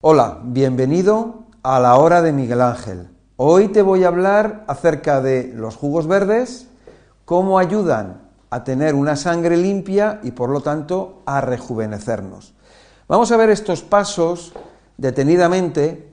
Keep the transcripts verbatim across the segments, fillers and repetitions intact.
Hola, bienvenido a la hora de Miguel Ángel. Hoy te voy a hablar acerca de los jugos verdes, cómo ayudan a tener una sangre limpia y por lo tanto a rejuvenecernos. Vamos a ver estos pasos detenidamente.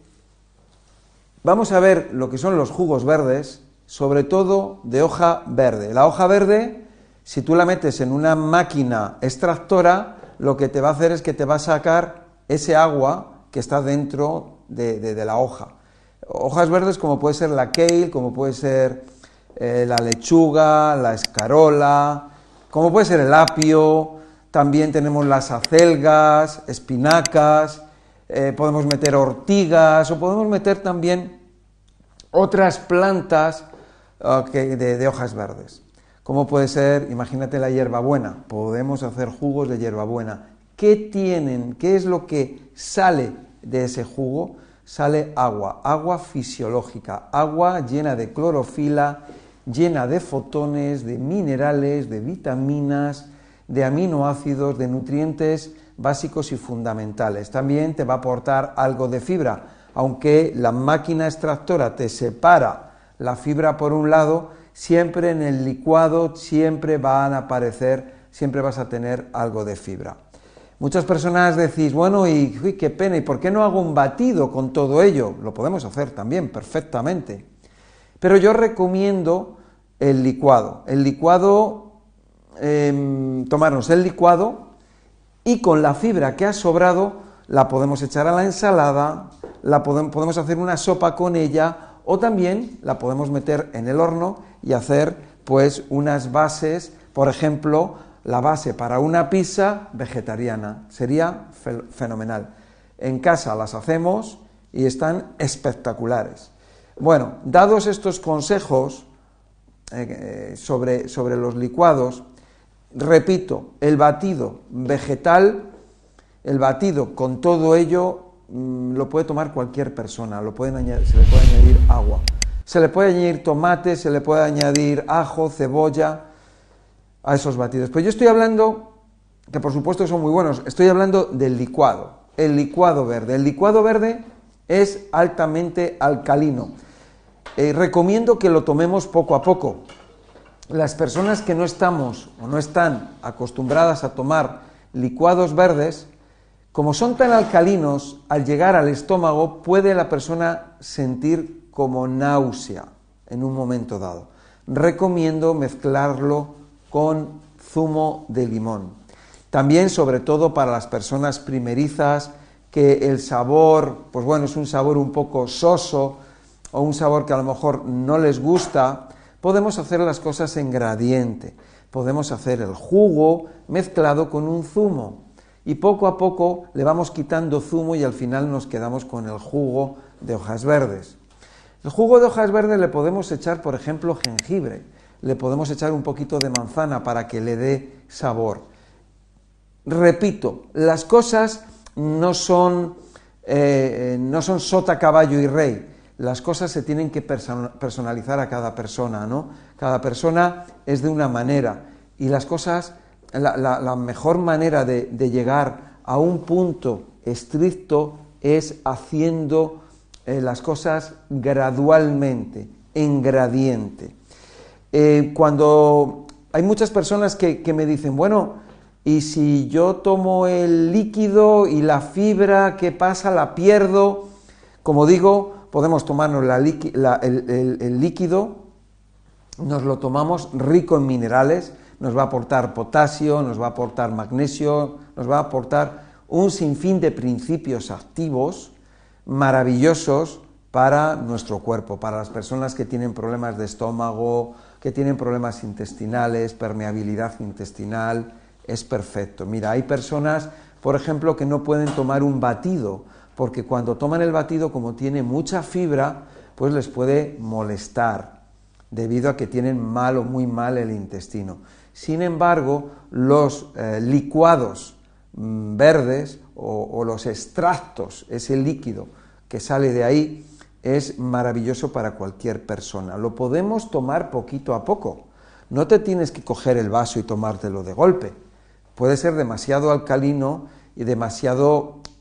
Vamos a ver lo que son los jugos verdes, sobre todo de hoja verde. La hoja verde, si tú la metes en una máquina extractora, lo que te va a hacer es que te va a sacar ese agua que está dentro de, de, de la hoja. Hojas verdes como puede ser la kale, como puede ser eh, la lechuga, la escarola, como puede ser el apio, también tenemos las acelgas, espinacas, eh, podemos meter ortigas o podemos meter también otras plantas uh, que, de, de hojas verdes. Como puede ser, imagínate la hierbabuena, podemos hacer jugos de hierbabuena. ¿Qué tienen? ¿Qué es lo que sale de ese jugo? Sale agua, agua fisiológica, agua llena de clorofila, llena de fotones, de minerales, de vitaminas, de aminoácidos, de nutrientes básicos y fundamentales. También te va a aportar algo de fibra, aunque la máquina extractora te separa la fibra por un lado, siempre en el licuado siempre van a aparecer, siempre vas a tener algo de fibra. Muchas personas decís, bueno, y uy, qué pena, ¿y por qué no hago un batido con todo ello? Lo podemos hacer también, perfectamente. Pero yo recomiendo el licuado. El licuado, eh, tomarnos el licuado y con la fibra que ha sobrado la podemos echar a la ensalada, la podemos, podemos hacer una sopa con ella o también la podemos meter en el horno y hacer pues unas bases, por ejemplo, la base para una pizza vegetariana, sería fenomenal. En casa las hacemos y están espectaculares. Bueno, dados estos consejos eh, sobre, sobre los licuados, repito, el batido vegetal, el batido con todo ello, mmm, lo puede tomar cualquier persona, lo pueden añadir, se le puede añadir agua, se le puede añadir tomate, se le puede añadir ajo, cebolla a esos batidos. Pues yo estoy hablando, que por supuesto son muy buenos, estoy hablando del licuado, el licuado verde. El licuado verde es altamente alcalino. Eh, recomiendo que lo tomemos poco a poco. Las personas que no estamos o no están acostumbradas a tomar licuados verdes, como son tan alcalinos, al llegar al estómago puede la persona sentir como náusea en un momento dado. Recomiendo mezclarlo con zumo de limón. También, sobre todo para las personas primerizas, que el sabor, pues bueno, es un sabor un poco soso o un sabor que a lo mejor no les gusta, podemos hacer las cosas en gradiente. Podemos hacer el jugo mezclado con un zumo y poco a poco le vamos quitando zumo y al final nos quedamos con el jugo de hojas verdes. El jugo de hojas verdes le podemos echar, por ejemplo, jengibre. Le podemos echar un poquito de manzana para que le dé sabor. Repito, las cosas no son, eh, no son sota, caballo y rey. Las cosas se tienen que personalizar a cada persona, ¿no? Cada persona es de una manera y las cosas, la, la, la mejor manera de, de llegar a un punto estricto es haciendo eh, las cosas gradualmente, en gradiente. Eh, cuando hay muchas personas que, que me dicen, bueno, y si yo tomo el líquido y la fibra, ¿qué pasa? La pierdo. Como digo, podemos tomarnos la, la, el, el, el líquido, nos lo tomamos rico en minerales, nos va a aportar potasio, nos va a aportar magnesio, nos va a aportar un sinfín de principios activos maravillosos para nuestro cuerpo, para las personas que tienen problemas de estómago, que tienen problemas intestinales, permeabilidad intestinal, es perfecto. Mira, hay personas, por ejemplo, que no pueden tomar un batido, porque cuando toman el batido, como tiene mucha fibra, pues les puede molestar, debido a que tienen mal o muy mal el intestino. Sin embargo, los eh, licuados mmm, verdes o, o los extractos, ese líquido que sale de ahí, es maravilloso para cualquier persona. Lo podemos tomar poquito a poco. No te tienes que coger el vaso y tomártelo de golpe. Puede ser demasiado alcalino y demasiado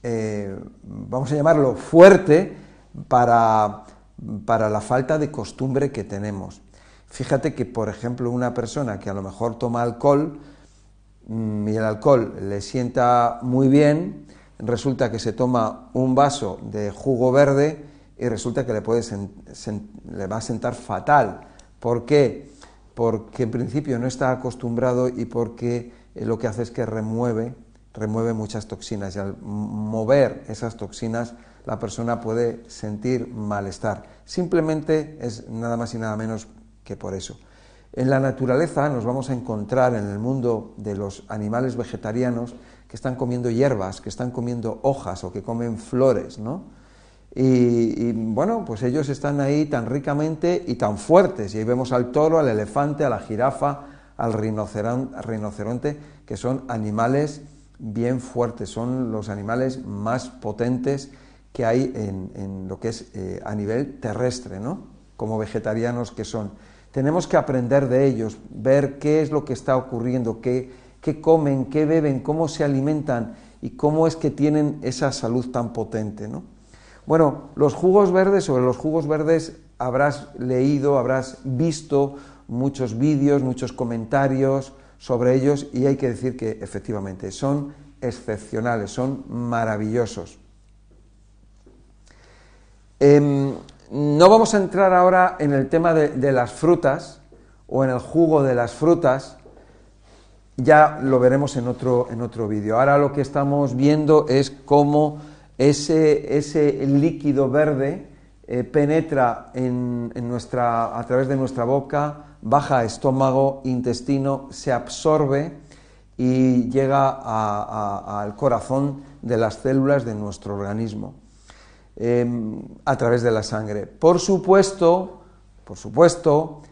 eh, vamos a llamarlo fuerte, para, para la falta de costumbre que tenemos. Fíjate que, por ejemplo, una persona que a lo mejor toma alcohol mmm, y el alcohol le sienta muy bien, resulta que se toma un vaso de jugo verde y resulta que le, puede sen, sen, le va a sentar fatal. ¿Por qué? Porque en principio no está acostumbrado y porque eh, lo que hace es que remueve, remueve muchas toxinas, y al mover esas toxinas la persona puede sentir malestar. Simplemente es nada más y nada menos que por eso. En la naturaleza nos vamos a encontrar, en el mundo de los animales vegetarianos, que están comiendo hierbas, que están comiendo hojas o que comen flores, ¿no? Y, y bueno, pues ellos están ahí tan ricamente y tan fuertes, y ahí vemos al toro, al elefante, a la jirafa, al rinoceronte, que son animales bien fuertes, son los animales más potentes que hay en, en lo que es eh, a nivel terrestre, ¿no? Como vegetarianos que son. Tenemos que aprender de ellos, ver qué es lo que está ocurriendo, qué, qué comen, qué beben, cómo se alimentan y cómo es que tienen esa salud tan potente, ¿no? Bueno, los jugos verdes, sobre los jugos verdes habrás leído, habrás visto muchos vídeos, muchos comentarios sobre ellos, y hay que decir que efectivamente son excepcionales, son maravillosos. Eh, no vamos a entrar ahora en el tema de, de las frutas o en el jugo de las frutas, ya lo veremos en otro, en otro vídeo. Ahora lo que estamos viendo es cómo ese, ese líquido verde eh, penetra en, en nuestra, a través de nuestra boca, baja a estómago, intestino, se absorbe y llega a, a, al corazón de las células de nuestro organismo. Eh, a través de la sangre. Por supuesto, por supuesto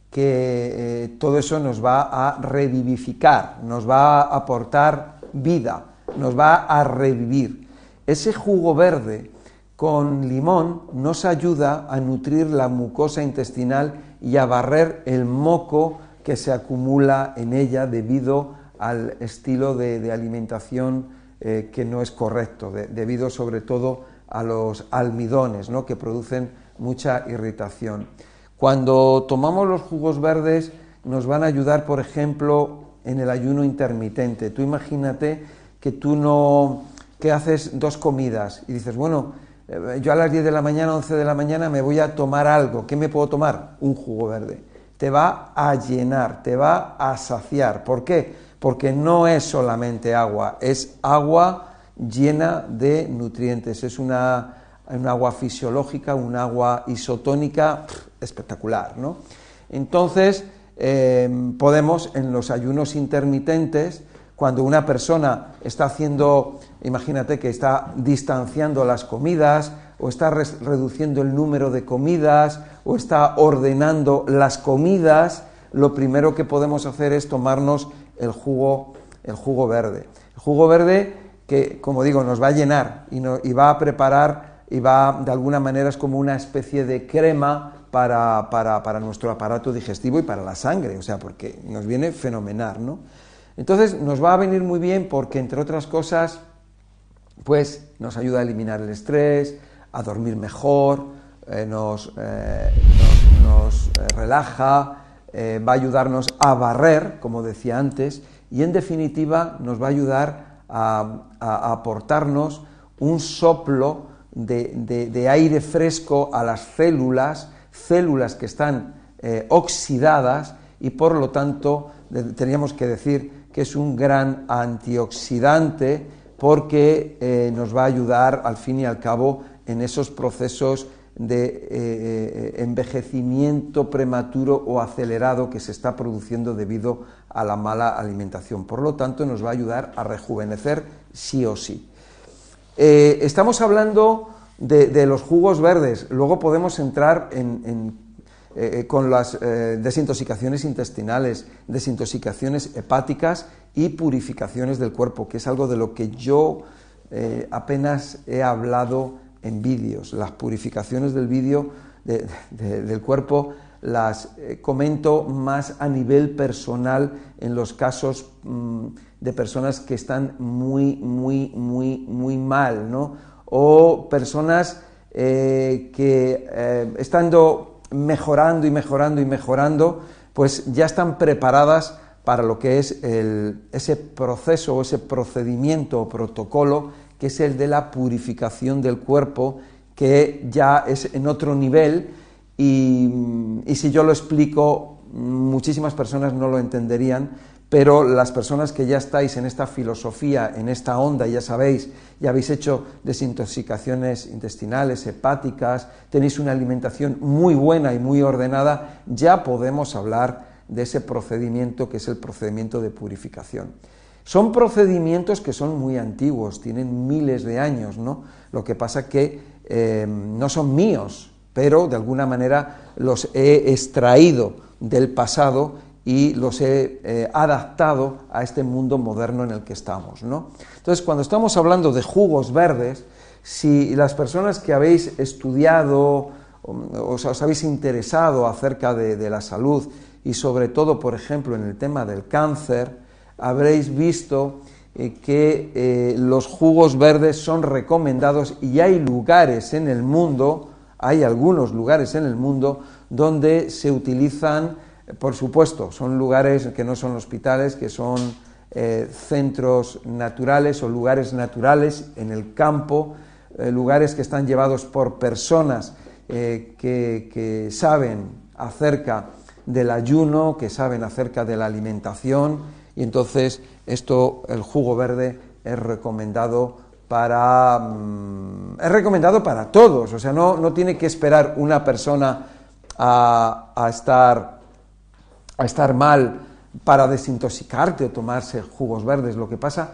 que eh, todo eso nos va a revivificar, nos va a aportar vida, nos va a revivir. Ese jugo verde con limón nos ayuda a nutrir la mucosa intestinal y a barrer el moco que se acumula en ella debido al estilo de, de alimentación eh, que no es correcto, de, debido sobre todo a los almidones, ¿no?, que producen mucha irritación. Cuando tomamos los jugos verdes nos van a ayudar, por ejemplo, en el ayuno intermitente. Tú imagínate que tú no, que haces dos comidas y dices, bueno, yo a las diez de la mañana, once de la mañana me voy a tomar algo. ¿Qué me puedo tomar? Un jugo verde. Te va a llenar, te va a saciar. ¿Por qué? Porque no es solamente agua, es agua llena de nutrientes, es una, un agua fisiológica, un agua isotónica pff, espectacular, ¿no? Entonces, eh, podemos en los ayunos intermitentes, cuando una persona está haciendo, imagínate que está distanciando las comidas, o está res, reduciendo el número de comidas, o está ordenando las comidas, lo primero que podemos hacer es tomarnos el jugo, el jugo verde. El jugo verde que, como digo, nos va a llenar y, no, y va a preparar y va, de alguna manera, es como una especie de crema para, para, para nuestro aparato digestivo y para la sangre, o sea, porque nos viene fenomenal, ¿no? Entonces, nos va a venir muy bien porque, entre otras cosas, pues nos ayuda a eliminar el estrés, a dormir mejor, eh, nos, eh, nos, nos relaja, eh, va a ayudarnos a barrer, como decía antes, y en definitiva nos va a ayudar A, a, a aportarnos un soplo de, de, de aire fresco a las células, células que están eh, oxidadas, y por lo tanto de, teníamos que decir que es un gran antioxidante porque eh, nos va a ayudar al fin y al cabo en esos procesos de eh, envejecimiento prematuro o acelerado que se está produciendo debido a la mala alimentación. Por lo tanto, nos va a ayudar a rejuvenecer sí o sí. Eh, estamos hablando de, de los jugos verdes, luego podemos entrar en, en, eh, con las eh, desintoxicaciones intestinales, desintoxicaciones hepáticas y purificaciones del cuerpo, que es algo de lo que yo eh, apenas he hablado en vídeos. Las purificaciones del vídeo de, de, del cuerpo las eh, comento más a nivel personal en los casos mmm, de personas que están muy, muy, muy, muy mal, ¿no? O personas eh, que eh, estando mejorando y mejorando y mejorando, pues ya están preparadas para lo que es el, ese proceso o ese procedimiento o protocolo que es el de la purificación del cuerpo, que ya es en otro nivel y, y si yo lo explico muchísimas personas no lo entenderían, pero las personas que ya estáis en esta filosofía, en esta onda, ya sabéis, ya habéis hecho desintoxicaciones intestinales, hepáticas, tenéis una alimentación muy buena y muy ordenada, ya podemos hablar de ese procedimiento que es el procedimiento de purificación. Son procedimientos que son muy antiguos, tienen miles de años, ¿no? Lo que pasa que eh, no son míos, pero de alguna manera los he extraído del pasado y los he eh, adaptado a este mundo moderno en el que estamos, ¿no? Entonces, cuando estamos hablando de jugos verdes, si las personas que habéis estudiado, os, os habéis interesado acerca de, de la salud y sobre todo, por ejemplo, en el tema del cáncer, habréis visto eh, que eh, los jugos verdes son recomendados y hay lugares en el mundo, hay algunos lugares en el mundo donde se utilizan, por supuesto, son lugares que no son hospitales, que son eh, centros naturales o lugares naturales en el campo, eh, lugares que están llevados por personas eh, que, que saben acerca del ayuno, que saben acerca de la alimentación, y entonces esto, el jugo verde es recomendado para mmm, es recomendado para todos, o sea, no, no tiene que esperar una persona a, a estar a estar mal para desintoxicarte o tomarse jugos verdes. Lo que pasa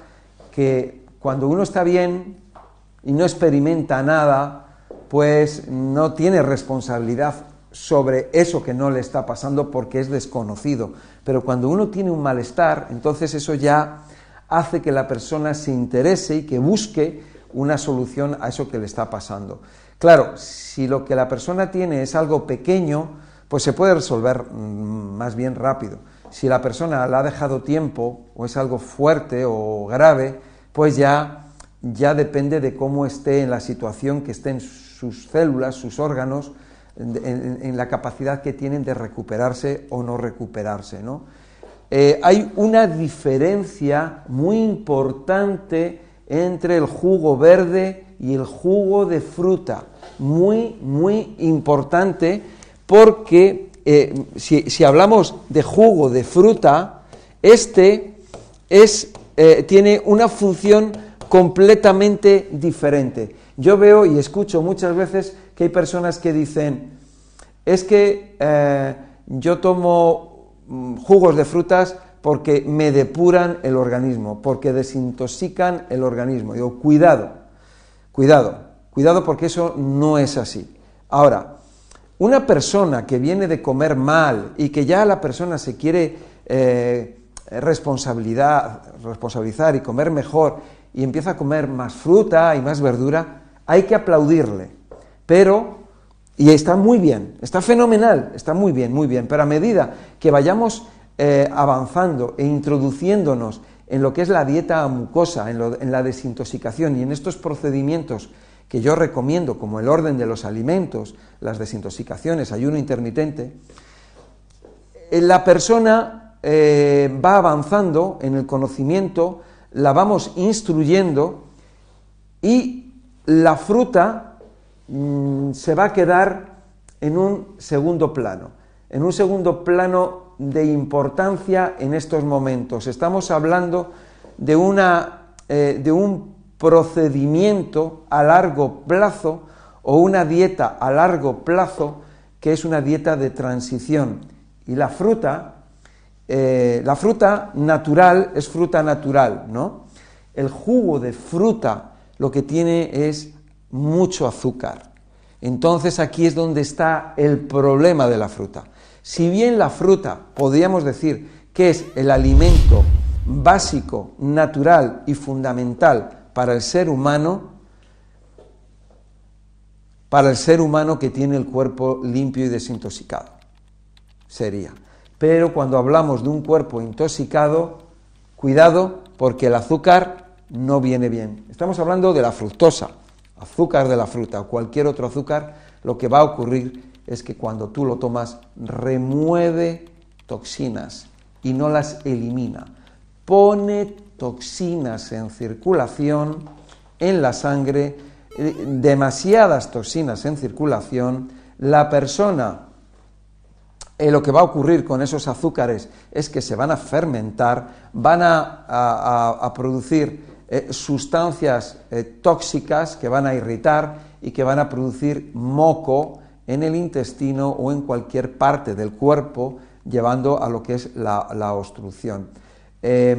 que cuando uno está bien y no experimenta nada, pues no tiene responsabilidad sobre eso que no le está pasando porque es desconocido. Pero cuando uno tiene un malestar, entonces eso ya hace que la persona se interese y que busque una solución a eso que le está pasando. Claro, si lo que la persona tiene es algo pequeño, pues se puede resolver mmm, más bien rápido. Si la persona la ha dejado tiempo o es algo fuerte o grave, pues ya, ya depende de cómo esté en la situación, que estén sus células, sus órganos, en, en, en la capacidad que tienen de recuperarse o no recuperarse, ¿no? Eh, hay una diferencia muy importante entre el jugo verde y el jugo de fruta, muy, muy importante, porque eh, si, si hablamos de jugo de fruta, este es, eh, tiene una función completamente diferente. Yo veo y escucho muchas veces que hay personas que dicen, es que eh, yo tomo jugos de frutas porque me depuran el organismo, porque desintoxican el organismo. Digo, cuidado, cuidado, cuidado porque eso no es así. Ahora, una persona que viene de comer mal y que ya la persona se quiere eh, responsabilidad, responsabilizar y comer mejor y empieza a comer más fruta y más verdura, hay que aplaudirle, pero, y está muy bien, está fenomenal, está muy bien, muy bien, pero a medida que vayamos eh, avanzando e introduciéndonos en lo que es la dieta mucosa, en, lo, en la desintoxicación y en estos procedimientos que yo recomiendo, como el orden de los alimentos, las desintoxicaciones, ayuno intermitente, la persona eh, va avanzando en el conocimiento, la vamos instruyendo y la fruta mmm, se va a quedar en un segundo plano, en un segundo plano de importancia en estos momentos. Estamos hablando de, una, eh, de un procedimiento a largo plazo o una dieta a largo plazo que es una dieta de transición. Y la fruta, eh, la fruta natural es fruta natural, ¿no? El jugo de fruta lo que tiene es mucho azúcar. Entonces aquí es donde está el problema de la fruta. Si bien la fruta podríamos decir que es el alimento básico, natural y fundamental para el ser humano, para el ser humano que tiene el cuerpo limpio y desintoxicado. sería. Pero cuando hablamos de un cuerpo intoxicado, cuidado, porque el azúcar no viene bien. Estamos hablando de la fructosa, azúcar de la fruta o cualquier otro azúcar. Lo que va a ocurrir es que cuando tú lo tomas, remueve toxinas y no las elimina. Pone toxinas en circulación en la sangre, demasiadas toxinas en circulación. La persona, eh, lo que va a ocurrir con esos azúcares es que se van a fermentar, van a, a, a producir eh, sustancias eh, tóxicas que van a irritar y que van a producir moco en el intestino o en cualquier parte del cuerpo, llevando a lo que es la, la obstrucción. Eh,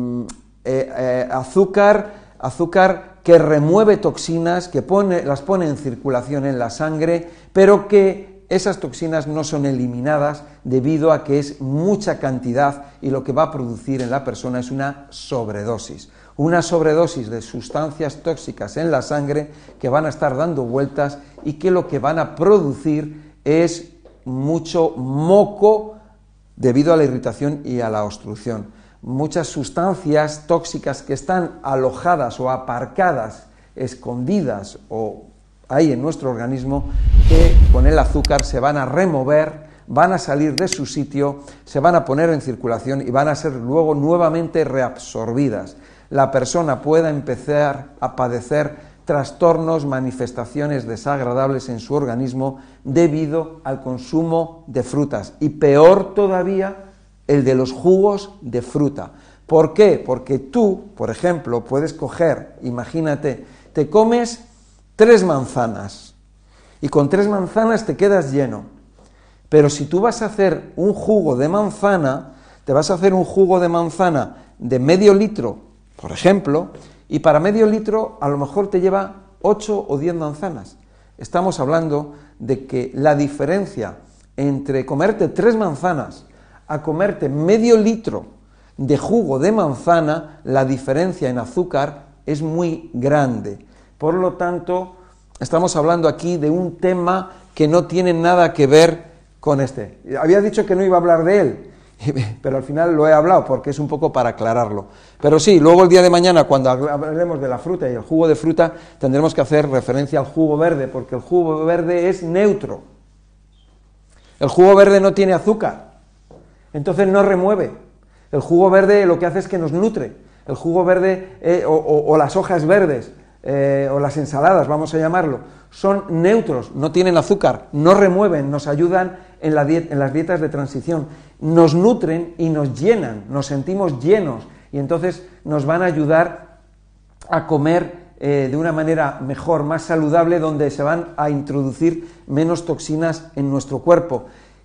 eh, eh, azúcar, azúcar que remueve toxinas, que pone, las pone en circulación en la sangre, pero que esas toxinas no son eliminadas debido a que es mucha cantidad y lo que va a producir en la persona es una sobredosis. Una sobredosis de sustancias tóxicas en la sangre que van a estar dando vueltas y que lo que van a producir es mucho moco debido a la irritación y a la obstrucción. Muchas sustancias tóxicas que están alojadas o aparcadas, escondidas o ahí en nuestro organismo, que con el azúcar se van a remover, van a salir de su sitio, se van a poner en circulación y van a ser luego nuevamente reabsorbidas. La persona pueda empezar a padecer trastornos, manifestaciones desagradables en su organismo debido al consumo de frutas. Y peor todavía, el de los jugos de fruta. ¿Por qué? Porque tú, por ejemplo, puedes coger, imagínate, te comes tres manzanas y con tres manzanas te quedas lleno. Pero si tú vas a hacer un jugo de manzana, te vas a hacer un jugo de manzana de medio litro, por ejemplo, y para medio litro a lo mejor te lleva ocho o diez manzanas. Estamos hablando de que la diferencia entre comerte tres manzanas a comerte medio litro de jugo de manzana, la diferencia en azúcar es muy grande. Por lo tanto, estamos hablando aquí de un tema que no tiene nada que ver con este. Había dicho que no iba a hablar de él, pero al final lo he hablado porque es un poco para aclararlo. Pero sí, luego el día de mañana, cuando hablemos de la fruta y el jugo de fruta, tendremos que hacer referencia al jugo verde, porque el jugo verde es neutro. El jugo verde no tiene azúcar, entonces no remueve. El jugo verde lo que hace es que nos nutre. El jugo verde eh, o, o, o las hojas verdes eh, o las ensaladas, vamos a llamarlo, son neutros, no tienen azúcar, no remueven, nos ayudan en, la diet, en las dietas de transición, nos nutren y nos llenan, nos sentimos llenos y entonces nos van a ayudar a comer eh, de una manera mejor, más saludable, donde se van a introducir menos toxinas en nuestro cuerpo.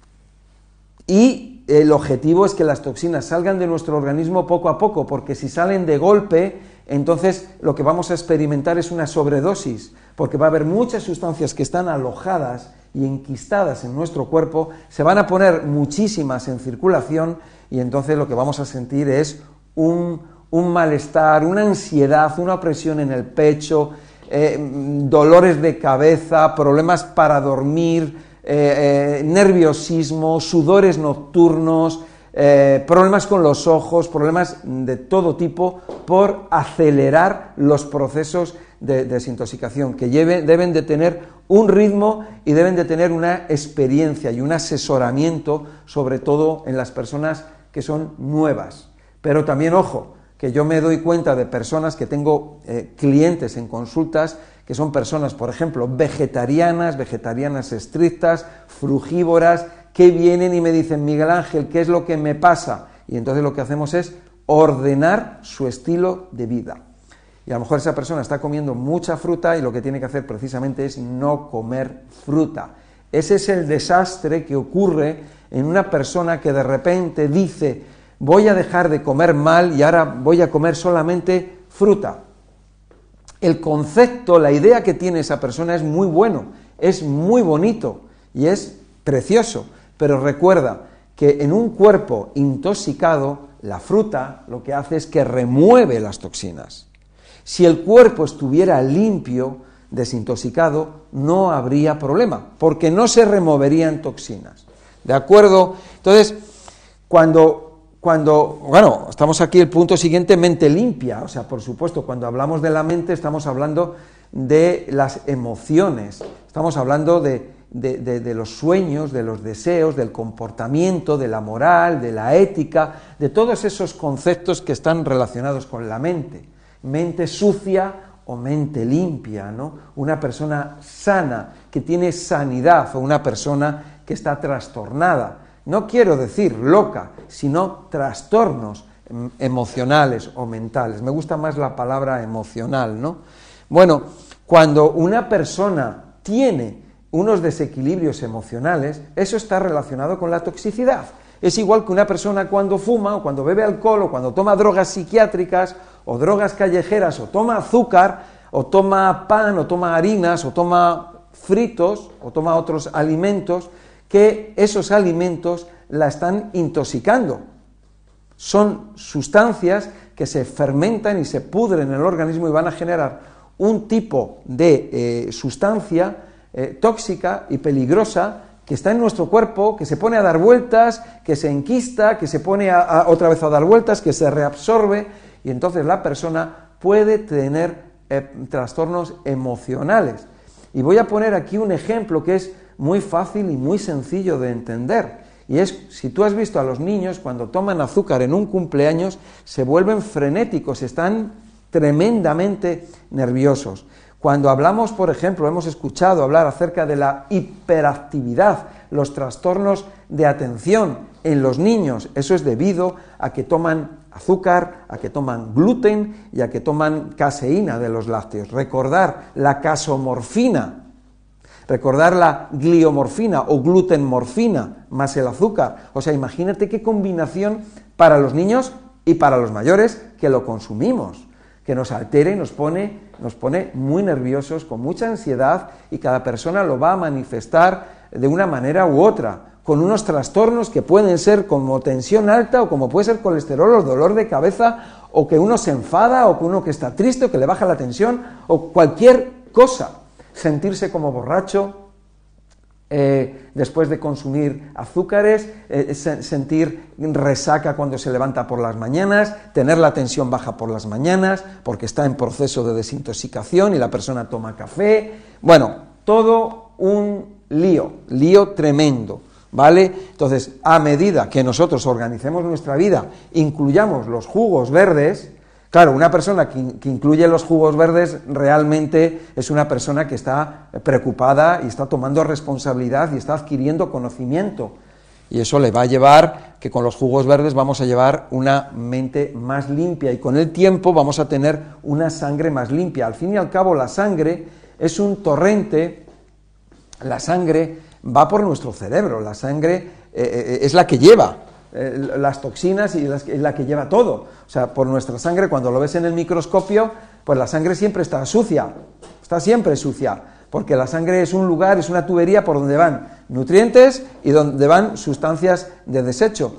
Y el objetivo es que las toxinas salgan de nuestro organismo poco a poco, porque si salen de golpe, entonces lo que vamos a experimentar es una sobredosis, porque va a haber muchas sustancias que están alojadas y enquistadas en nuestro cuerpo, se van a poner muchísimas en circulación y entonces lo que vamos a sentir es un, un malestar, una ansiedad, una opresión en el pecho, eh, dolores de cabeza, problemas para dormir, eh, eh, nerviosismo, sudores nocturnos, Eh, problemas con los ojos, problemas de todo tipo por acelerar los procesos de, de desintoxicación, que lleve, deben de tener un ritmo y deben de tener una experiencia y un asesoramiento, sobre todo en las personas que son nuevas. Pero también, ojo, que yo me doy cuenta de personas que tengo eh, clientes en consultas, que son personas, por ejemplo, vegetarianas, vegetarianas estrictas, frugívoras, que vienen y me dicen, Miguel Ángel, ¿qué es lo que me pasa? Y entonces lo que hacemos es ordenar su estilo de vida. Y a lo mejor esa persona está comiendo mucha fruta y lo que tiene que hacer precisamente es no comer fruta. Ese es el desastre que ocurre en una persona que de repente dice, voy a dejar de comer mal y ahora voy a comer solamente fruta. El concepto, la idea que tiene esa persona es muy bueno, es muy bonito y es precioso. Pero recuerda que en un cuerpo intoxicado, la fruta lo que hace es que remueve las toxinas. Si el cuerpo estuviera limpio, desintoxicado, no habría problema, porque no se removerían toxinas. ¿de acuerdo? Entonces, cuando, cuando, bueno, estamos aquí el punto siguiente, mente limpia, o sea, por supuesto, cuando hablamos de la mente estamos hablando de las emociones, estamos hablando de, de, de, de los sueños, de los deseos, del comportamiento, de la moral, de la ética, de todos esos conceptos que están relacionados con la mente. Mente sucia o mente limpia, ¿no? Una persona sana, que tiene sanidad, o una persona que está trastornada. No quiero decir loca, sino trastornos emocionales o mentales. Me gusta más la palabra emocional, ¿no? Bueno, cuando una persona tiene unos desequilibrios emocionales, eso está relacionado con la toxicidad. Es igual que una persona cuando fuma, o cuando bebe alcohol, o cuando toma drogas psiquiátricas, o drogas callejeras, o toma azúcar, o toma pan, o toma harinas, o toma fritos, o toma otros alimentos, que esos alimentos la están intoxicando. Son sustancias que se fermentan y se pudren en el organismo y van a generar un tipo de eh, sustancia eh, tóxica y peligrosa que está en nuestro cuerpo, que se pone a dar vueltas, que se enquista, que se pone a, a, otra vez a dar vueltas, que se reabsorbe, y entonces la persona puede tener eh, trastornos emocionales. Y voy a poner aquí un ejemplo que es muy fácil y muy sencillo de entender, y es, si tú has visto a los niños cuando toman azúcar en un cumpleaños, se vuelven frenéticos, están tremendamente nerviosos. Cuando hablamos, por ejemplo, hemos escuchado hablar acerca de la hiperactividad, los trastornos de atención en los niños, eso es debido a que toman azúcar, a que toman gluten y a que toman caseína de los lácteos. Recordar la casomorfina, recordar la gliomorfina o glutenmorfina más el azúcar. O sea, imagínate qué combinación para los niños y para los mayores que lo consumimos, que nos altera y nos pone, nos pone muy nerviosos, con mucha ansiedad, y cada persona lo va a manifestar de una manera u otra, con unos trastornos que pueden ser como tensión alta, o como puede ser colesterol o dolor de cabeza, o que uno se enfada, o que uno que está triste, o que le baja la tensión, o cualquier cosa, sentirse como borracho, Eh, después de consumir azúcares, eh, se, sentir resaca cuando se levanta por las mañanas, tener la tensión baja por las mañanas, porque está en proceso de desintoxicación y la persona toma café. Bueno, todo un lío, lío tremendo, ¿vale? Entonces, a medida que nosotros organicemos nuestra vida, incluyamos los jugos verdes. Claro, una persona que, que incluye los jugos verdes realmente es una persona que está preocupada y está tomando responsabilidad y está adquiriendo conocimiento. Y eso le va a llevar que con los jugos verdes vamos a llevar una mente más limpia, y con el tiempo vamos a tener una sangre más limpia. Al fin y al cabo, la sangre es un torrente, la sangre va por nuestro cerebro, la sangre eh, es la que lleva las toxinas y es la que lleva todo. O sea, por nuestra sangre, cuando lo ves en el microscopio, pues la sangre siempre está sucia, está siempre sucia, porque la sangre es un lugar, es una tubería por donde van nutrientes y donde van sustancias de desecho.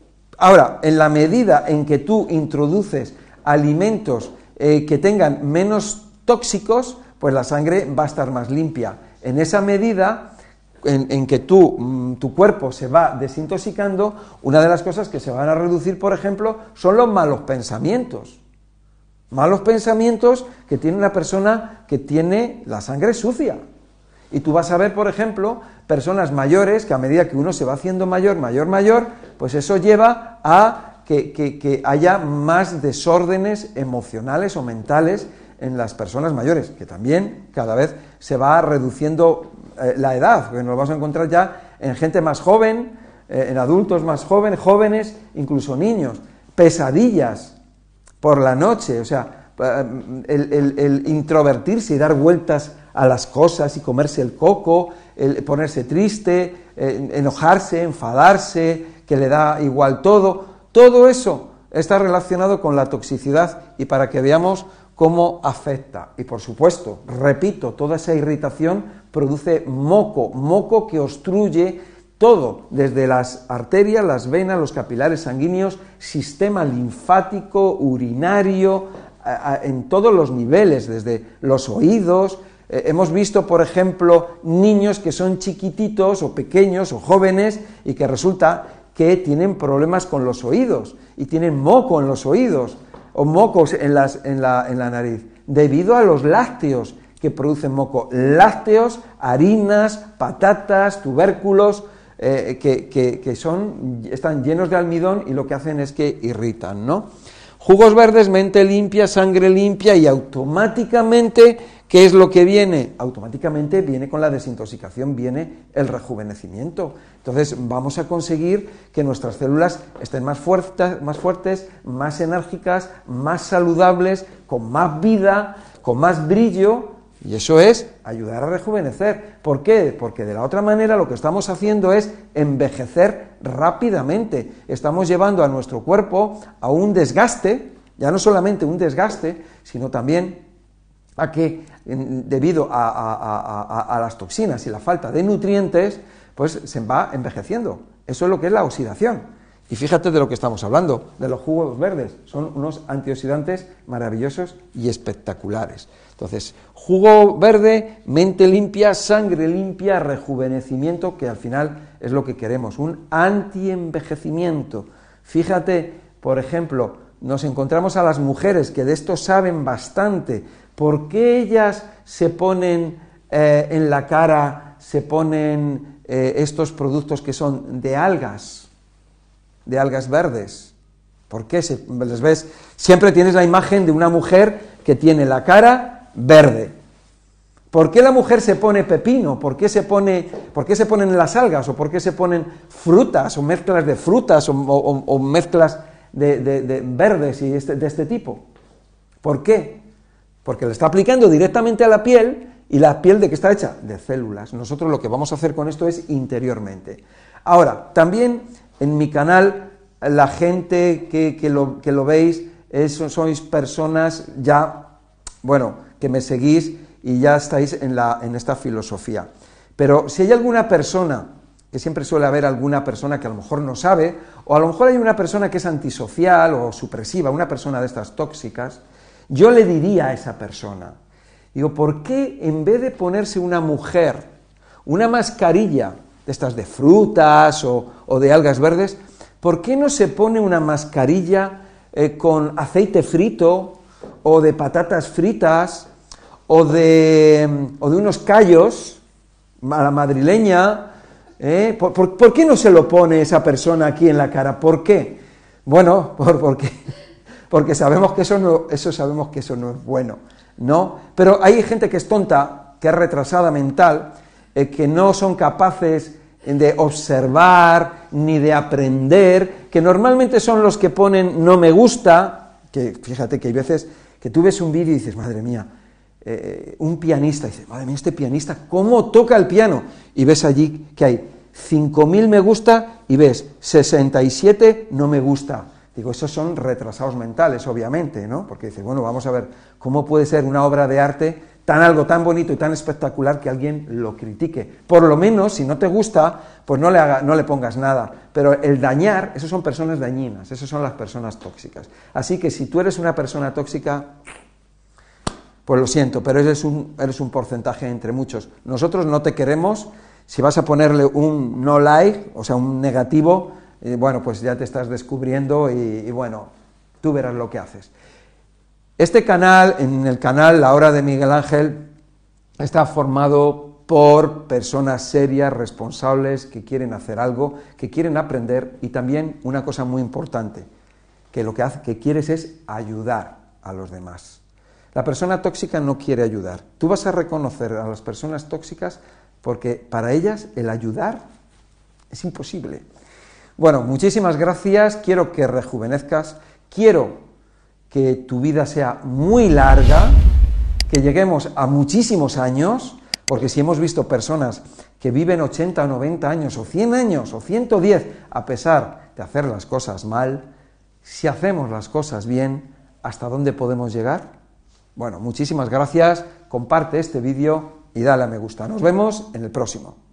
Ahora, en la medida en que tú introduces alimentos eh, que tengan menos tóxicos, pues la sangre va a estar más limpia. En esa medida En, en que tú, tu cuerpo se va desintoxicando, una de las cosas que se van a reducir, por ejemplo, son los malos pensamientos. Malos pensamientos que tiene una persona que tiene la sangre sucia. Y tú vas a ver, por ejemplo, personas mayores que a medida que uno se va haciendo mayor, mayor, mayor, pues eso lleva a que, que, que haya más desórdenes emocionales o mentales en las personas mayores, que también cada vez se va reduciendo la edad, que nos vamos a encontrar ya en gente más joven, eh, en adultos más jóvenes, jóvenes, incluso niños, pesadillas por la noche, o sea, el, el, el introvertirse y dar vueltas a las cosas y comerse el coco, el ponerse triste, eh, enojarse, enfadarse, que le da igual todo, todo eso está relacionado con la toxicidad, y para que veamos cómo afecta. Y por supuesto, repito, toda esa irritación produce moco, moco que obstruye todo, desde las arterias, las venas, los capilares sanguíneos, sistema linfático, urinario, a, a, en todos los niveles, desde los oídos, Eh, hemos visto, por ejemplo, niños que son chiquititos o pequeños o jóvenes y que resulta que tienen problemas con los oídos y tienen moco en los oídos o mocos en, las, en, la, en la nariz, debido a los lácteos que producen moco. Lácteos, harinas, patatas, tubérculos, eh, que, que, que son, están llenos de almidón y lo que hacen es que irritan, ¿no? Jugos verdes, mente limpia, sangre limpia y automáticamente, ¿qué es lo que viene? Automáticamente viene con la desintoxicación, viene el rejuvenecimiento. Entonces vamos a conseguir que nuestras células estén más fuertes, más fuertes, más enérgicas, más saludables, con más vida, con más brillo, y eso es ayudar a rejuvenecer. ¿Por qué? Porque de la otra manera lo que estamos haciendo es envejecer rápidamente. Estamos llevando a nuestro cuerpo a un desgaste, ya no solamente un desgaste, sino también a que, debido a, a, a, a, a las toxinas y la falta de nutrientes, pues se va envejeciendo. Eso es lo que es la oxidación. Y fíjate de lo que estamos hablando, de los jugos verdes. Son unos antioxidantes maravillosos y espectaculares. Entonces, jugo verde, mente limpia, sangre limpia, rejuvenecimiento, que al final es lo que queremos, un antienvejecimiento. Fíjate, por ejemplo, nos encontramos a las mujeres que de esto saben bastante. ¿Por qué ellas se ponen eh, en la cara, se ponen eh, estos productos que son de algas? de algas verdes. ¿Por qué? Se, les ves, siempre tienes la imagen de una mujer que tiene la cara verde. ¿Por qué la mujer se pone pepino? ¿Por qué se pone, por qué se ponen las algas? ¿O por qué se ponen frutas o mezclas de frutas o, o, o mezclas de, de, de verdes y este, de este tipo? ¿Por qué? Porque le está aplicando directamente a la piel, y la piel ¿de qué está hecha? De células. Nosotros lo que vamos a hacer con esto es interiormente. Ahora, también en mi canal, la gente que, que, lo, que lo veis, es, sois personas ya, bueno, que me seguís y ya estáis en, la, en esta filosofía. Pero si hay alguna persona, que siempre suele haber alguna persona que a lo mejor no sabe, o a lo mejor hay una persona que es antisocial o supresiva, una persona de estas tóxicas, yo le diría a esa persona, digo, ¿por qué en vez de ponerse una mujer una mascarilla de estas de frutas o, o de algas verdes, ¿por qué no se pone una mascarilla eh, con aceite frito o de patatas fritas o de, o de unos callos a la madrileña? ¿Eh? ¿Por, por, ¿Por qué no se lo pone esa persona aquí en la cara? ¿Por qué? Bueno, por, porque, porque sabemos que eso no, eso sabemos que eso no es bueno, ¿no? Pero hay gente que es tonta, que es retrasada mental, eh, que no son capaces de observar ni de aprender, que normalmente son los que ponen no me gusta, que fíjate que hay veces que tú ves un vídeo y dices, madre mía, eh, un pianista, y dices, madre mía, este pianista, ¿cómo toca el piano? Y ves allí que hay cinco mil me gusta y ves sesenta y siete no me gusta. Digo, esos son retrasados mentales, obviamente, ¿no? Porque dices, bueno, vamos a ver, ¿cómo puede ser una obra de arte tan algo tan bonito y tan espectacular que alguien lo critique? Por lo menos, si no te gusta, pues no le, haga, no le pongas nada. Pero el dañar, esos son personas dañinas, esas son las personas tóxicas. Así que si tú eres una persona tóxica, pues lo siento, pero eres un, eres un porcentaje entre muchos. Nosotros no te queremos. Si vas a ponerle un no like, o sea, un negativo, eh, bueno, pues ya te estás descubriendo y, y bueno, tú verás lo que haces. Este canal, en el canal La Hora de Miguel Ángel, está formado por personas serias, responsables, que quieren hacer algo, que quieren aprender, y también una cosa muy importante, que lo que, hace, que quieres es ayudar a los demás. La persona tóxica no quiere ayudar. Tú vas a reconocer a las personas tóxicas porque para ellas el ayudar es imposible. Bueno, muchísimas gracias, quiero que rejuvenezcas, quiero que tu vida sea muy larga, que lleguemos a muchísimos años, porque si hemos visto personas que viven ochenta o noventa años, o cien años, o ciento diez, a pesar de hacer las cosas mal, si hacemos las cosas bien, ¿hasta dónde podemos llegar? Bueno, muchísimas gracias, comparte este vídeo y dale a me gusta. Nos vemos en el próximo.